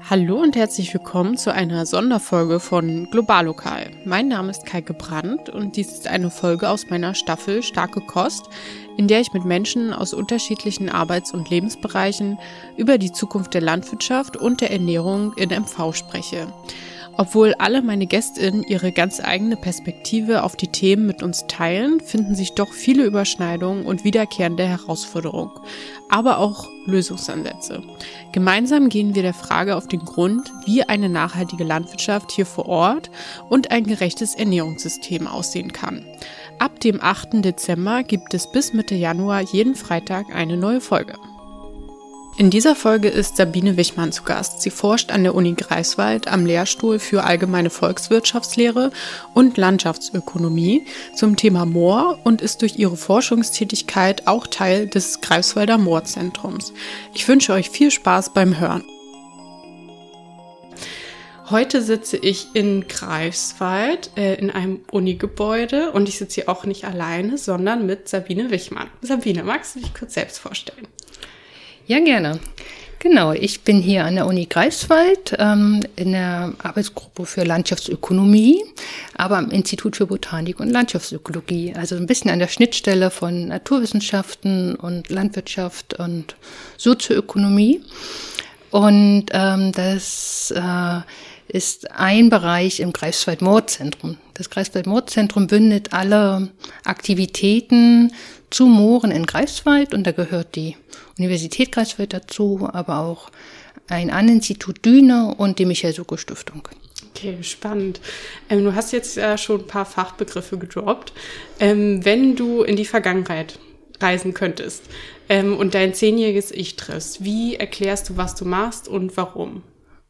Hallo und herzlich willkommen zu einer Sonderfolge von Globallokal. Mein Name ist Kaike Brandt und dies ist eine Folge aus meiner Staffel Starke Kost, in der ich mit Menschen aus unterschiedlichen Arbeits- und Lebensbereichen über die Zukunft der Landwirtschaft und der Ernährung in MV spreche. Obwohl alle meine GästInnen ihre ganz eigene Perspektive auf die Themen mit uns teilen, finden sich doch viele Überschneidungen und wiederkehrende Herausforderungen, aber auch Lösungsansätze. Gemeinsam gehen wir der Frage auf den Grund, wie eine nachhaltige Landwirtschaft hier vor Ort und ein gerechtes Ernährungssystem aussehen kann. Ab dem 8. Dezember gibt es bis Mitte Januar jeden Freitag eine neue Folge. In dieser Folge ist Sabine Wichmann zu Gast. Sie forscht an der Uni Greifswald am Lehrstuhl für Allgemeine Volkswirtschaftslehre und Landschaftsökonomie zum Thema Moor und ist durch ihre Forschungstätigkeit auch Teil des Greifswalder Moorzentrums. Ich wünsche euch viel Spaß beim Hören. Heute sitze ich in Greifswald in einem Unigebäude und ich sitze hier auch nicht alleine, sondern mit Sabine Wichmann. Sabine, magst du dich kurz selbst vorstellen? Ja, gerne. Genau, ich bin hier an der Uni Greifswald in der Arbeitsgruppe für Landschaftsökonomie, aber am Institut für Botanik und Landschaftsökologie, also ein bisschen an der Schnittstelle von Naturwissenschaften und Landwirtschaft und Sozioökonomie. Und das ist ein Bereich im Greifswald Moorzentrum. Das Greifswald Moorzentrum bündelt alle Aktivitäten zu Mooren in Greifswald und da gehört die Universität Greifswald dazu, aber auch ein An-Institut Düne und die Michael-Sucke-Stiftung. Okay, spannend. Du hast jetzt ja schon ein paar Fachbegriffe gedroppt. Wenn du in die Vergangenheit reisen könntest und dein 10-jähriges Ich triffst, wie erklärst du, was du machst und warum?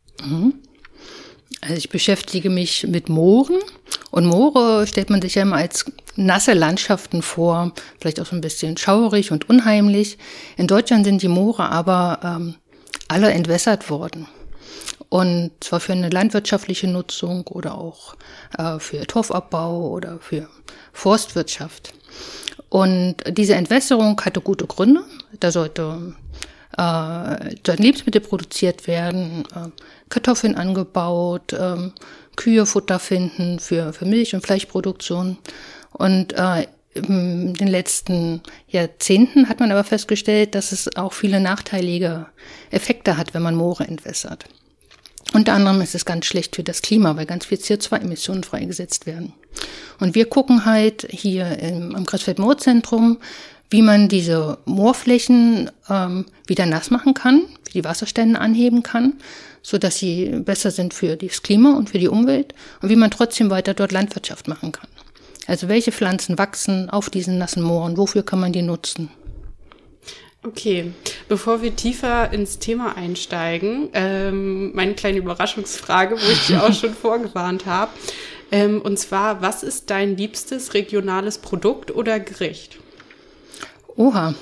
Also ich beschäftige mich mit Mooren und Moore stellt man sich ja immer als nasse Landschaften vor, vielleicht auch so ein bisschen schaurig und unheimlich. In Deutschland sind die Moore aber alle entwässert worden. Und zwar für eine landwirtschaftliche Nutzung oder auch für Torfabbau oder für Forstwirtschaft. Und diese Entwässerung hatte gute Gründe. Da sollten Lebensmittel produziert werden, Kartoffeln angebaut, Kühe Futter finden für Milch- und Fleischproduktion. Und in den letzten Jahrzehnten hat man aber festgestellt, dass es auch viele nachteilige Effekte hat, wenn man Moore entwässert. Unter anderem ist es ganz schlecht für das Klima, weil ganz viel CO2-Emissionen freigesetzt werden. Und wir gucken halt hier am Greifswald Moorzentrum, wie man diese Moorflächen wieder nass machen kann, wie die Wasserstände anheben kann, so dass sie besser sind für das Klima und für die Umwelt und wie man trotzdem weiter dort Landwirtschaft machen kann. Also welche Pflanzen wachsen auf diesen nassen Mooren, wofür kann man die nutzen? Okay, bevor wir tiefer ins Thema einsteigen, meine kleine Überraschungsfrage, wo ich dir auch schon vorgewarnt habe, und zwar, was ist dein liebstes regionales Produkt oder Gericht? Oha.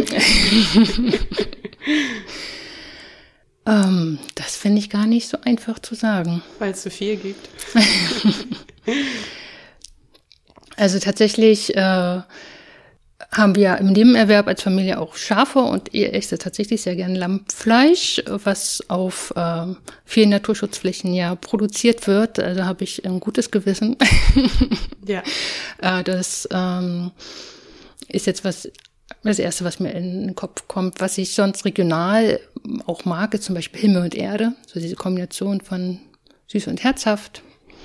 Das finde ich gar nicht so einfach zu sagen. Weil es so viel gibt. Also tatsächlich haben wir im Nebenerwerb als Familie auch Schafe und ihr esst tatsächlich sehr gern Lammfleisch, was auf vielen Naturschutzflächen ja produziert wird. Also habe ich ein gutes Gewissen. Ja. Das ist jetzt das Erste, was mir in den Kopf kommt. Was ich sonst regional auch mag, ist zum Beispiel Himmel und Erde. So diese Kombination von süß und herzhaft.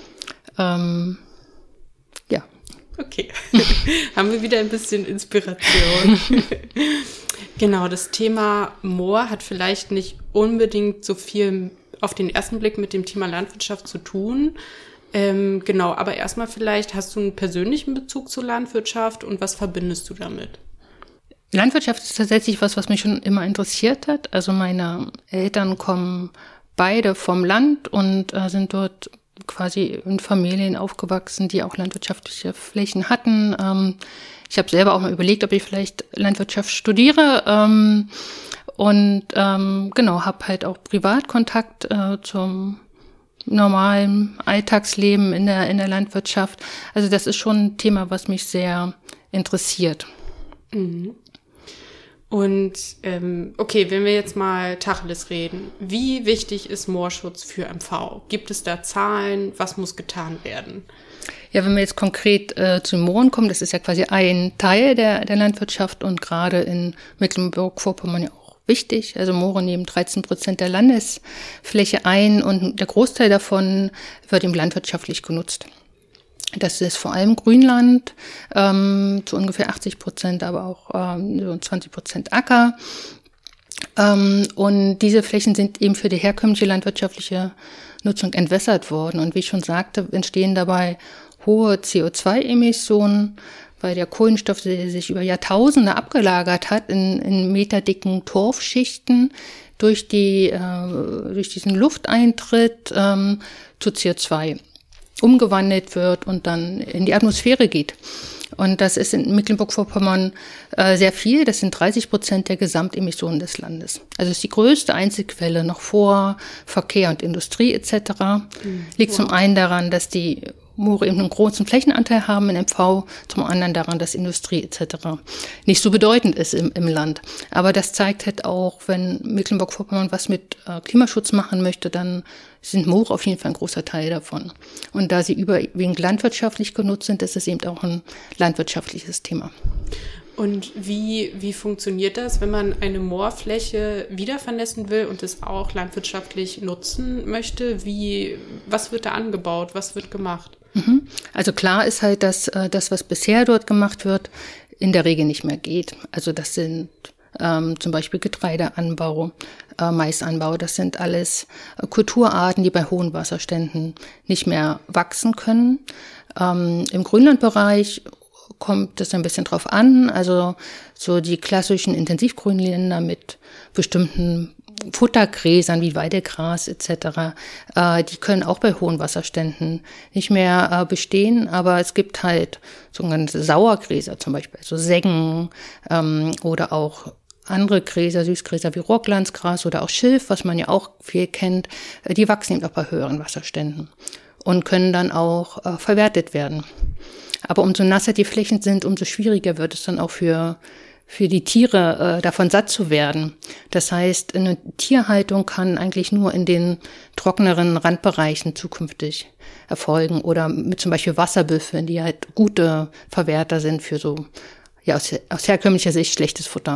Ja. Okay, haben wir wieder ein bisschen Inspiration. Genau, das Thema Moor hat vielleicht nicht unbedingt so viel auf den ersten Blick mit dem Thema Landwirtschaft zu tun. Genau, aber erstmal vielleicht, hast du einen persönlichen Bezug zur Landwirtschaft und was verbindest du damit? Landwirtschaft ist tatsächlich was mich schon immer interessiert hat. Also meine Eltern kommen beide vom Land und sind dort quasi in Familien aufgewachsen, die auch landwirtschaftliche Flächen hatten. Ich habe selber auch mal überlegt, ob ich vielleicht Landwirtschaft studiere genau, habe halt auch Privatkontakt zum normalen Alltagsleben in der Landwirtschaft. Also das ist schon ein Thema, was mich sehr interessiert. Mhm. Und okay, wenn wir jetzt mal Tacheles reden, wie wichtig ist Moorschutz für MV? Gibt es da Zahlen? Was muss getan werden? Ja, wenn wir jetzt konkret zu den Mooren kommen, das ist ja quasi ein Teil der Landwirtschaft und gerade in Mecklenburg-Vorpommern ja auch wichtig. Also Moore nehmen 13% der Landesfläche ein und der Großteil davon wird eben landwirtschaftlich genutzt. Das ist vor allem Grünland, zu ungefähr 80%, aber auch so 20% Acker. Und diese Flächen sind eben für die herkömmliche landwirtschaftliche Nutzung entwässert worden. Und wie ich schon sagte, entstehen dabei hohe CO2-Emissionen, weil der Kohlenstoff, der sich über Jahrtausende abgelagert hat in meterdicken Torfschichten, durch diesen Lufteintritt zu CO2 umgewandelt wird und dann in die Atmosphäre geht. Und das ist in Mecklenburg-Vorpommern sehr viel. Das sind 30% der Gesamtemissionen des Landes. Also es ist die größte Einzelquelle noch vor Verkehr und Industrie etc. Liegt zum einen daran, dass die Moore eben einen großen Flächenanteil haben in MV, zum anderen daran, dass Industrie etc. nicht so bedeutend ist im Land. Aber das zeigt halt auch, wenn Mecklenburg-Vorpommern was mit Klimaschutz machen möchte, dann sind Moore auf jeden Fall ein großer Teil davon. Und da sie überwiegend landwirtschaftlich genutzt sind, ist es eben auch ein landwirtschaftliches Thema. Und wie funktioniert das, wenn man eine Moorfläche wiedervernässen will und es auch landwirtschaftlich nutzen möchte? Was wird da angebaut? Was wird gemacht? Also klar ist halt, dass das, was bisher dort gemacht wird, in der Regel nicht mehr geht. Also das sind zum Beispiel Getreideanbau, Maisanbau. Das sind alles Kulturarten, die bei hohen Wasserständen nicht mehr wachsen können. Im Grünlandbereich kommt es ein bisschen drauf an. Also so die klassischen Intensivgrünländer mit bestimmten Futtergräsern wie Weidegras etc., die können auch bei hohen Wasserständen nicht mehr bestehen, aber es gibt halt sogenannte Sauergräser zum Beispiel, also Seggen oder auch andere Gräser, Süßgräser wie Rocklandsgras oder auch Schilf, was man ja auch viel kennt, die wachsen eben auch bei höheren Wasserständen und können dann auch verwertet werden. Aber umso nasser die Flächen sind, umso schwieriger wird es dann auch für die Tiere davon satt zu werden. Das heißt, eine Tierhaltung kann eigentlich nur in den trockeneren Randbereichen zukünftig erfolgen oder mit zum Beispiel Wasserbüffeln, die halt gute Verwerter sind für so aus herkömmlicher Sicht schlechtes Futter.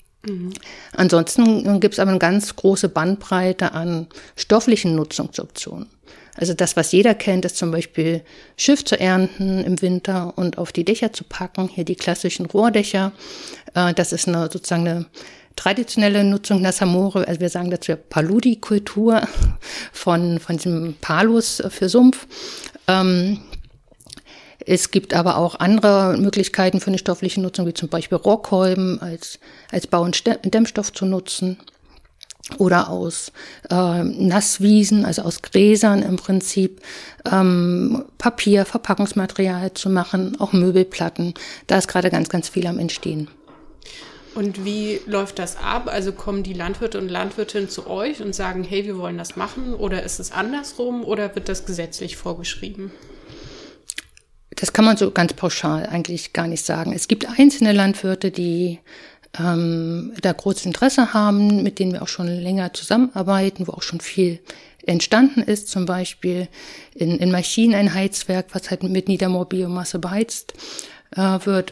Ansonsten gibt es aber eine ganz große Bandbreite an stofflichen Nutzungsoptionen. Also das, was jeder kennt, ist zum Beispiel Schiff zu ernten im Winter und auf die Dächer zu packen. Hier die klassischen Rohrdächer. Das ist sozusagen eine traditionelle Nutzung nasser Moore. Also wir sagen dazu Paludi-Kultur von diesem Palus für Sumpf. Es gibt aber auch andere Möglichkeiten für eine stoffliche Nutzung, wie zum Beispiel Rockholm als Bau- und Dämmstoff zu nutzen. Oder aus Nasswiesen, also aus Gräsern im Prinzip, Papier, Verpackungsmaterial zu machen, auch Möbelplatten. Da ist gerade ganz, ganz viel am Entstehen. Und wie läuft das ab? Also kommen die Landwirte und Landwirtinnen zu euch und sagen, hey, wir wollen das machen? Oder ist es andersrum oder wird das gesetzlich vorgeschrieben? Das kann man so ganz pauschal eigentlich gar nicht sagen. Es gibt einzelne Landwirte, die da großes Interesse haben, mit denen wir auch schon länger zusammenarbeiten, wo auch schon viel entstanden ist, zum Beispiel in Maschinen ein Heizwerk, was halt mit Niedermoorbiomasse beheizt wird.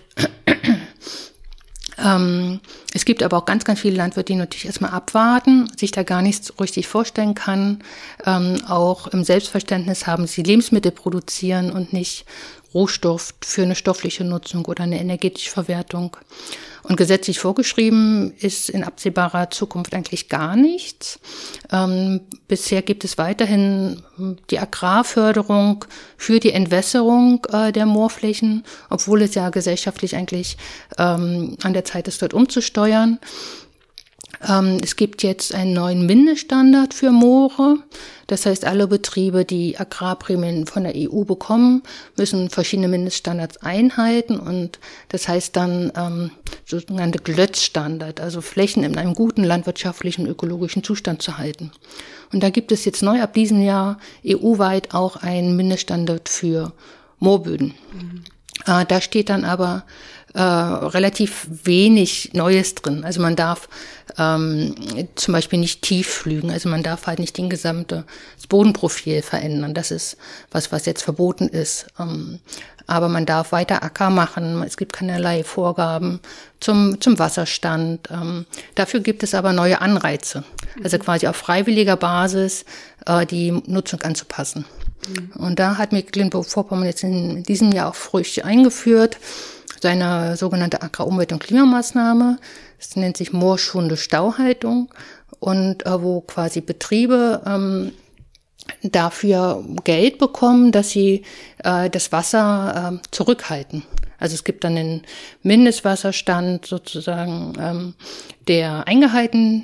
Es gibt aber auch ganz, ganz viele Landwirte, die natürlich erstmal abwarten, sich da gar nichts richtig vorstellen kann. Auch im Selbstverständnis haben sie Lebensmittel produzieren und nicht Rohstoff für eine stoffliche Nutzung oder eine energetische Verwertung. Und gesetzlich vorgeschrieben ist in absehbarer Zukunft eigentlich gar nichts. Bisher gibt es weiterhin die Agrarförderung für die Entwässerung der Moorflächen, obwohl es ja gesellschaftlich eigentlich an der Zeit ist, dort umzusteuern. Es gibt jetzt einen neuen Mindeststandard für Moore. Das heißt, alle Betriebe, die Agrarprämien von der EU bekommen, müssen verschiedene Mindeststandards einhalten. Und das heißt dann sogenannte GLÖZ-Standard, also Flächen in einem guten landwirtschaftlichen, ökologischen Zustand zu halten. Und da gibt es jetzt neu ab diesem Jahr EU-weit auch einen Mindeststandard für Moorböden. Da steht dann aber relativ wenig Neues drin. Also man darf zum Beispiel nicht tief pflügen, also man darf halt nicht das Bodenprofil verändern. Das ist was jetzt verboten ist. Aber man darf weiter Acker machen, es gibt keinerlei Vorgaben zum Wasserstand. Dafür gibt es aber neue Anreize, also quasi auf freiwilliger Basis die Nutzung anzupassen. Und da hat Mecklenburg-Vorpommern jetzt in diesem Jahr auch Früchte eingeführt, seine sogenannte Agra-Umwelt- und Klimamaßnahme. Das nennt sich moorschonende Stauhaltung und wo quasi Betriebe dafür Geld bekommen, dass sie das Wasser zurückhalten. Also es gibt dann einen Mindestwasserstand sozusagen, der eingehalten,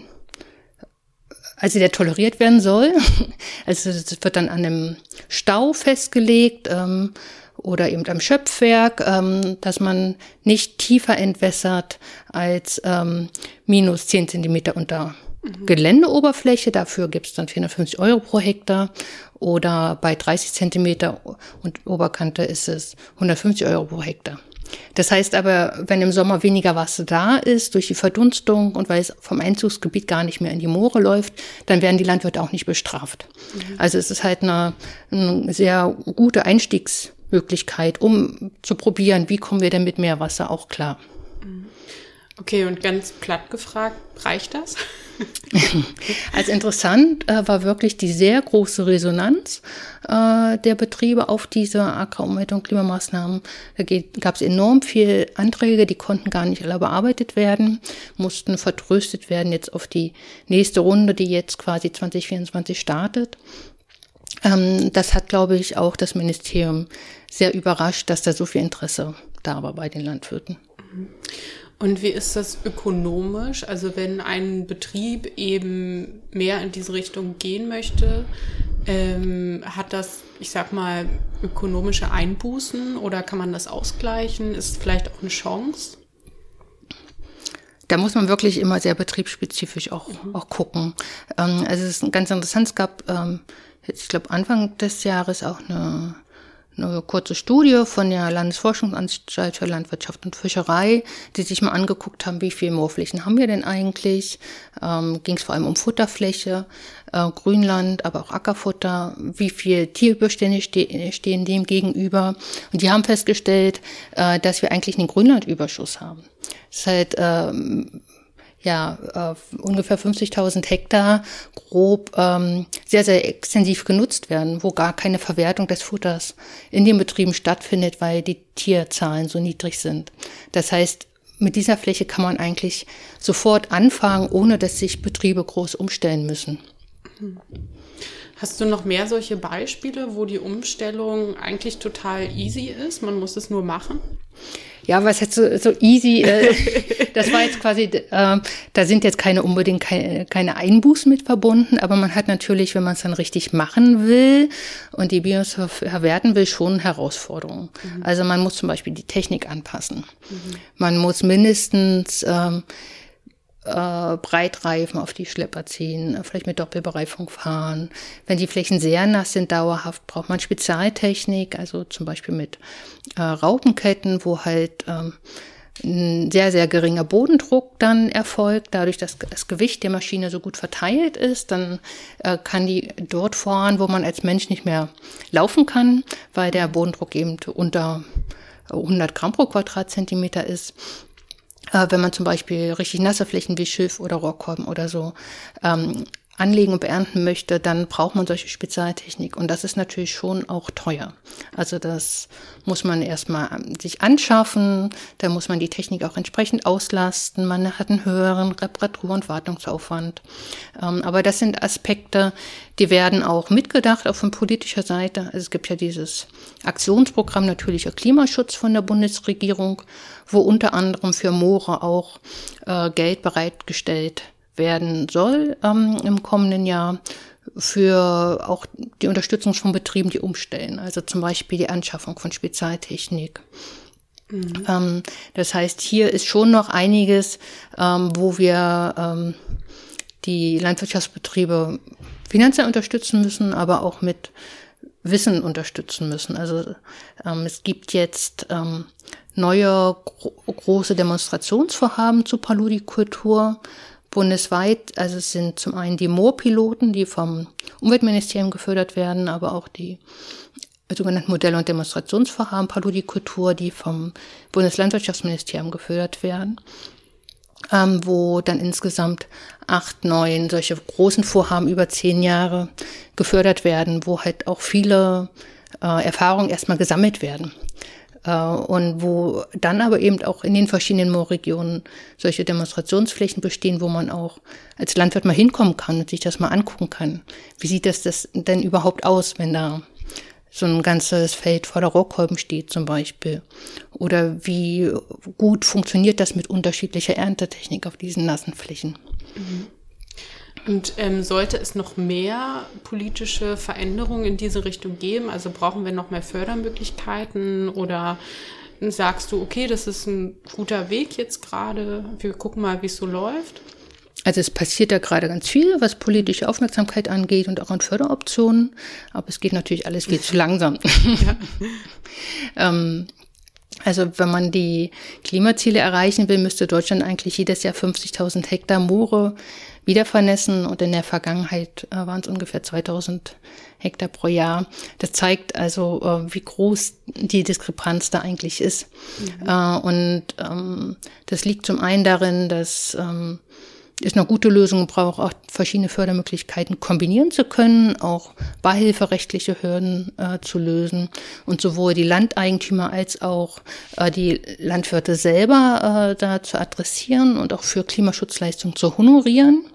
also der toleriert werden soll. Also das wird dann an einem Stau festgelegt oder eben am Schöpfwerk, dass man nicht tiefer entwässert als minus 10 Zentimeter unter Geländeoberfläche. Dafür gibt es dann 450 € pro Hektar. Oder bei 30 Zentimeter und Oberkante ist es 150 € pro Hektar. Das heißt aber, wenn im Sommer weniger Wasser da ist, durch die Verdunstung und weil es vom Einzugsgebiet gar nicht mehr in die Moore läuft, dann werden die Landwirte auch nicht bestraft. Also es ist halt eine sehr gute Einstiegsmöglichkeit, um zu probieren, wie kommen wir denn mit mehr Wasser auch klar. Okay, und ganz platt gefragt, reicht das? Als interessant war wirklich die sehr große Resonanz der Betriebe auf diese Agra-Umwelt- und Klimamaßnahmen. Da gab es enorm viele Anträge, die konnten gar nicht alle bearbeitet werden, mussten vertröstet werden jetzt auf die nächste Runde, die jetzt quasi 2024 startet. Das hat, glaube ich, auch das Ministerium sehr überrascht, dass da so viel Interesse da war bei den Landwirten. Und wie ist das ökonomisch? Also wenn ein Betrieb eben mehr in diese Richtung gehen möchte, hat das, ich sag mal, ökonomische Einbußen oder kann man das ausgleichen? Ist vielleicht auch eine Chance? Da muss man wirklich immer sehr betriebsspezifisch auch gucken. Also es ist ganz interessant, es gab, ich glaube Anfang des Jahres auch eine kurze Studie von der Landesforschungsanstalt für Landwirtschaft und Fischerei, die sich mal angeguckt haben, wie viele Moorflächen haben wir denn eigentlich. Ging es vor allem um Futterfläche, Grünland, aber auch Ackerfutter, wie viele Tierbestände stehen dem gegenüber. Und die haben festgestellt, dass wir eigentlich einen Grünlandüberschuss haben. Das ist halt ungefähr 50.000 Hektar grob sehr, sehr extensiv genutzt werden, wo gar keine Verwertung des Futters in den Betrieben stattfindet, weil die Tierzahlen so niedrig sind. Das heißt, mit dieser Fläche kann man eigentlich sofort anfangen, ohne dass sich Betriebe groß umstellen müssen. Hast du noch mehr solche Beispiele, wo die Umstellung eigentlich total easy ist? Man muss es nur machen? Ja, was jetzt so easy, das war jetzt quasi, da sind jetzt unbedingt keine Einbußen mit verbunden, aber man hat natürlich, wenn man es dann richtig machen will und die Biosphäre verwerten will, schon Herausforderungen. Also man muss zum Beispiel die Technik anpassen. Man muss mindestens Breitreifen auf die Schlepper ziehen, vielleicht mit Doppelbereifung fahren. Wenn die Flächen sehr nass sind, dauerhaft, braucht man Spezialtechnik, also zum Beispiel mit Raupenketten, wo halt ein sehr, sehr geringer Bodendruck dann erfolgt. Dadurch, dass das Gewicht der Maschine so gut verteilt ist, dann kann die dort fahren, wo man als Mensch nicht mehr laufen kann, weil der Bodendruck eben unter 100 Gramm pro Quadratzentimeter ist. Wenn man zum Beispiel richtig nasse Flächen wie Schilf oder Rohrkolben oder so anlegen und beernten möchte, dann braucht man solche Spezialtechnik. Und das ist natürlich schon auch teuer. Also das muss man erstmal sich anschaffen, da muss man die Technik auch entsprechend auslasten. Man hat einen höheren Reparatur- und Wartungsaufwand. Aber das sind Aspekte, die werden auch mitgedacht, auch von politischer Seite. Also es gibt ja dieses Aktionsprogramm Natürlicher Klimaschutz von der Bundesregierung, wo unter anderem für Moore auch Geld bereitgestellt werden soll im kommenden Jahr für auch die Unterstützung von Betrieben, die umstellen. Also zum Beispiel die Anschaffung von Spezialtechnik. Das heißt, hier ist schon noch einiges, wo wir die Landwirtschaftsbetriebe finanziell unterstützen müssen, aber auch mit Wissen unterstützen müssen. Also es gibt jetzt neue große Demonstrationsvorhaben zu Paludikultur bundesweit. Also es sind zum einen die Moorpiloten, die vom Umweltministerium gefördert werden, aber auch die sogenannten Modell- und Demonstrationsvorhaben Paludikultur, die vom Bundeslandwirtschaftsministerium gefördert werden, wo dann insgesamt 8, 9 solche großen Vorhaben über 10 Jahre gefördert werden, wo halt auch viele Erfahrungen erstmal gesammelt werden. Und wo dann aber eben auch in den verschiedenen Moorregionen solche Demonstrationsflächen bestehen, wo man auch als Landwirt mal hinkommen kann und sich das mal angucken kann. Wie sieht das denn überhaupt aus, wenn da so ein ganzes Feld voller Rohrkolben steht zum Beispiel? Oder wie gut funktioniert das mit unterschiedlicher Erntetechnik auf diesen nassen Flächen? Mhm. Und sollte es noch mehr politische Veränderungen in diese Richtung geben? Also brauchen wir noch mehr Fördermöglichkeiten oder sagst du, okay, das ist ein guter Weg jetzt gerade, wir gucken mal, wie es so läuft? Also es passiert da gerade ganz viel, was politische Aufmerksamkeit angeht und auch an Förderoptionen, aber es geht natürlich alles viel zu langsam. Ja. Also wenn man die Klimaziele erreichen will, müsste Deutschland eigentlich jedes Jahr 50.000 Hektar Moore wiedervernässen und in der Vergangenheit waren es ungefähr 2.000 Hektar pro Jahr. Das zeigt also, wie groß die Diskrepanz da eigentlich ist. Und das liegt zum einen darin, dass es noch gute Lösungen braucht, auch verschiedene Fördermöglichkeiten kombinieren zu können, auch beihilferechtliche Hürden zu lösen und sowohl die Landeigentümer als auch die Landwirte selber da zu adressieren und auch für Klimaschutzleistungen zu honorieren.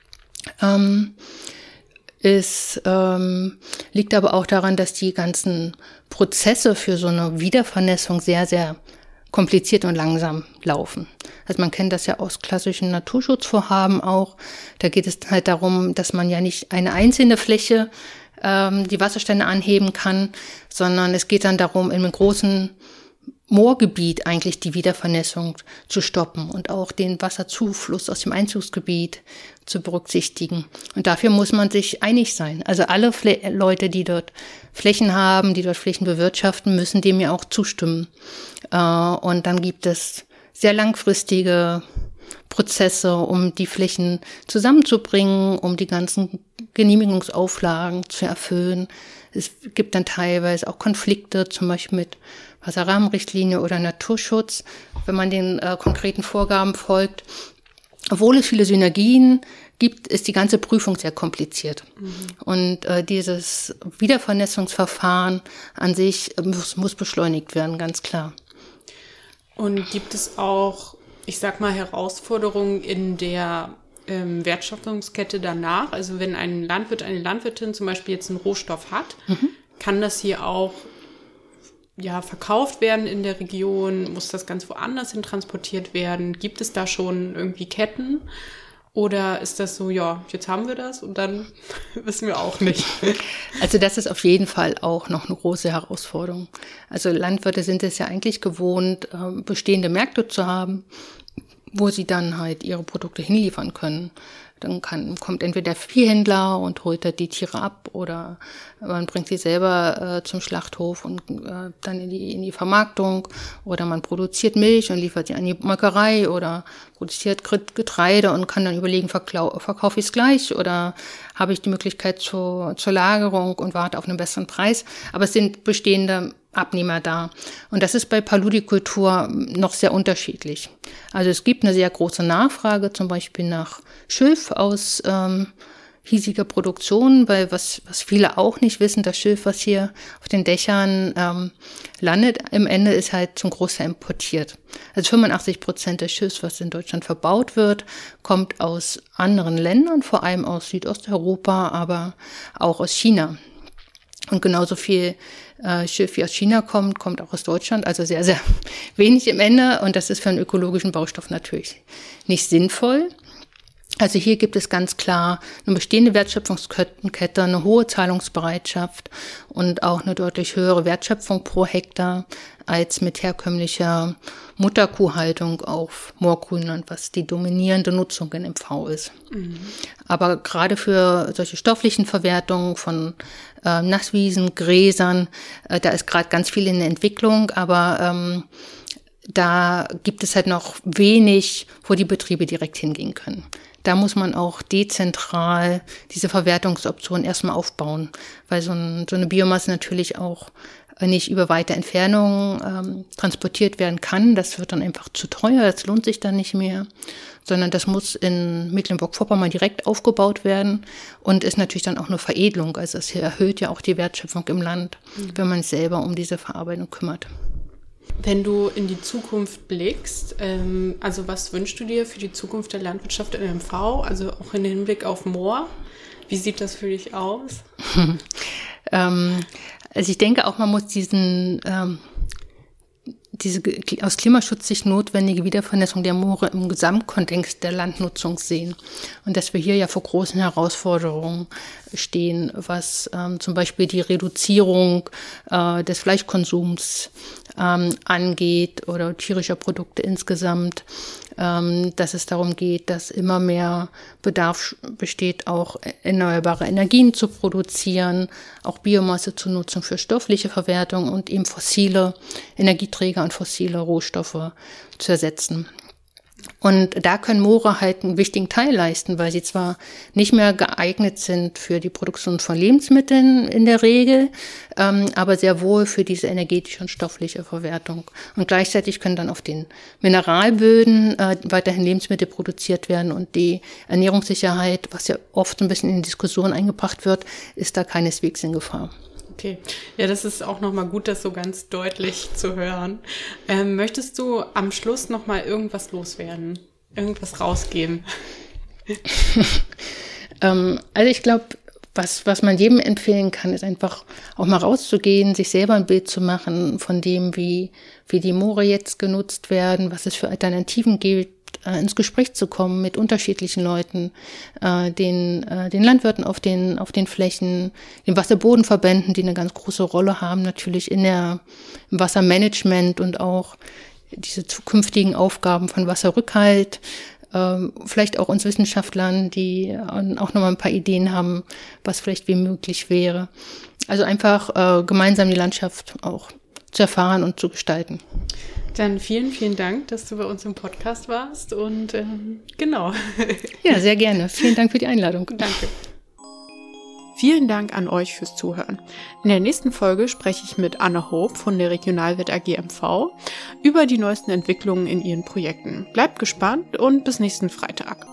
Es liegt aber auch daran, dass die ganzen Prozesse für so eine Wiedervernässung sehr, sehr kompliziert und langsam laufen. Also man kennt das ja aus klassischen Naturschutzvorhaben auch. Da geht es halt darum, dass man ja nicht eine einzelne Fläche die Wasserstände anheben kann, sondern es geht dann darum, in einem großen Moorgebiet eigentlich die Wiedervernässung zu stoppen und auch den Wasserzufluss aus dem Einzugsgebiet zu berücksichtigen. Und dafür muss man sich einig sein. Also alle Leute, die dort Flächen haben, die dort Flächen bewirtschaften, müssen dem ja auch zustimmen. Und dann gibt es sehr langfristige Prozesse, um die Flächen zusammenzubringen, um die ganzen Genehmigungsauflagen zu erfüllen. Es gibt dann teilweise auch Konflikte, zum Beispiel mit Wasserrahmenrichtlinie oder Naturschutz, wenn man den konkreten Vorgaben folgt. Obwohl es viele Synergien gibt, ist die ganze Prüfung sehr kompliziert. Und dieses Wiedervernässungsverfahren an sich muss beschleunigt werden, ganz klar. Und gibt es auch, ich sag mal, Herausforderungen in der Wertschöpfungskette danach? Also wenn ein Landwirt, eine Landwirtin zum Beispiel jetzt einen Rohstoff hat, kann das hier auch verkauft werden in der Region? Muss das ganz woanders hin transportiert werden? Gibt es da schon irgendwie Ketten? Oder ist das so, ja, jetzt haben wir das und dann wissen wir auch nicht? Also das ist auf jeden Fall auch noch eine große Herausforderung. Also Landwirte sind es ja eigentlich gewohnt, bestehende Märkte zu haben, wo sie dann halt ihre Produkte hinliefern können. Dann kommt entweder der Viehhändler und holt halt die Tiere ab oder man bringt sie selber zum Schlachthof und dann in die Vermarktung oder man produziert Milch und liefert sie an die Molkerei oder produziert Getreide und kann dann überlegen, verkaufe ich es gleich oder habe ich die Möglichkeit zur Lagerung und warte auf einen besseren Preis. Aber es sind bestehende Abnehmer da. Und das ist bei Paludikultur noch sehr unterschiedlich. Also es gibt eine sehr große Nachfrage, zum Beispiel nach Schilf aus hiesiger Produktion, weil was viele auch nicht wissen, das Schilf, was hier auf den Dächern landet, im Ende ist halt zum Großteil importiert. Also 85% des Schilfs, was in Deutschland verbaut wird, kommt aus anderen Ländern, vor allem aus Südosteuropa, aber auch aus China. Und genauso viel Schilf wie aus China kommt auch aus Deutschland, also sehr, sehr wenig im Ende. Und das ist für einen ökologischen Baustoff natürlich nicht sinnvoll. Also hier gibt es ganz klar eine bestehende Wertschöpfungskette, eine hohe Zahlungsbereitschaft und auch eine deutlich höhere Wertschöpfung pro Hektar als mit herkömmlicher Mutterkuhhaltung auf Moorgrünland, was die dominierende Nutzung in MV ist. Aber gerade für solche stofflichen Verwertungen von Nasswiesen, Gräsern, da ist gerade ganz viel in der Entwicklung, aber da gibt es halt noch wenig, wo die Betriebe direkt hingehen können. Da muss man auch dezentral diese Verwertungsoption erstmal aufbauen, weil so eine Biomasse natürlich auch nicht über weite Entfernungen transportiert werden kann. Das wird dann einfach zu teuer, das lohnt sich dann nicht mehr, sondern das muss in Mecklenburg-Vorpommern direkt aufgebaut werden und ist natürlich dann auch eine Veredelung. Also es erhöht ja auch die Wertschöpfung im Land, wenn man sich selber um diese Verarbeitung kümmert. Wenn du in die Zukunft blickst, also was wünschst du dir für die Zukunft der Landwirtschaft im MV, also auch in Hinblick auf Moor? Wie sieht das für dich aus? Also ich denke auch, man muss diese aus Klimaschutzsicht notwendige Wiedervernässung der Moore im Gesamtkontext der Landnutzung sehen. Und dass wir hier ja vor großen Herausforderungen stehen, was zum Beispiel die Reduzierung des Fleischkonsums angeht oder tierischer Produkte insgesamt, dass es darum geht, dass immer mehr Bedarf besteht, auch erneuerbare Energien zu produzieren, auch Biomasse zu nutzen für stoffliche Verwertung und eben fossile Energieträger und fossile Rohstoffe zu ersetzen. Und da können Moore halt einen wichtigen Teil leisten, weil sie zwar nicht mehr geeignet sind für die Produktion von Lebensmitteln in der Regel, aber sehr wohl für diese energetische und stoffliche Verwertung. Und gleichzeitig können dann auf den Mineralböden weiterhin Lebensmittel produziert werden und die Ernährungssicherheit, was ja oft ein bisschen in die Diskussion eingebracht wird, ist da keineswegs in Gefahr. Okay, ja, das ist auch nochmal gut, das so ganz deutlich zu hören. Möchtest du am Schluss nochmal irgendwas loswerden? Irgendwas rausgeben? Also ich glaube, was man jedem empfehlen kann, ist einfach auch mal rauszugehen, sich selber ein Bild zu machen von dem, wie die Moore jetzt genutzt werden, was es für Alternativen gibt, ins Gespräch zu kommen mit unterschiedlichen Leuten, den Landwirten auf den Flächen, den Wasserbodenverbänden, die eine ganz große Rolle haben, natürlich im Wassermanagement und auch diese zukünftigen Aufgaben von Wasserrückhalt, vielleicht auch uns Wissenschaftlern, die auch nochmal ein paar Ideen haben, was vielleicht wie möglich wäre. Also einfach gemeinsam die Landschaft auch zu erfahren und zu gestalten. Dann vielen, vielen Dank, dass du bei uns im Podcast warst und genau. Ja, sehr gerne. Vielen Dank für die Einladung. Danke. Vielen Dank an euch fürs Zuhören. In der nächsten Folge spreche ich mit Anne Hope von der Regionalwirt AG MV über die neuesten Entwicklungen in ihren Projekten. Bleibt gespannt und bis nächsten Freitag.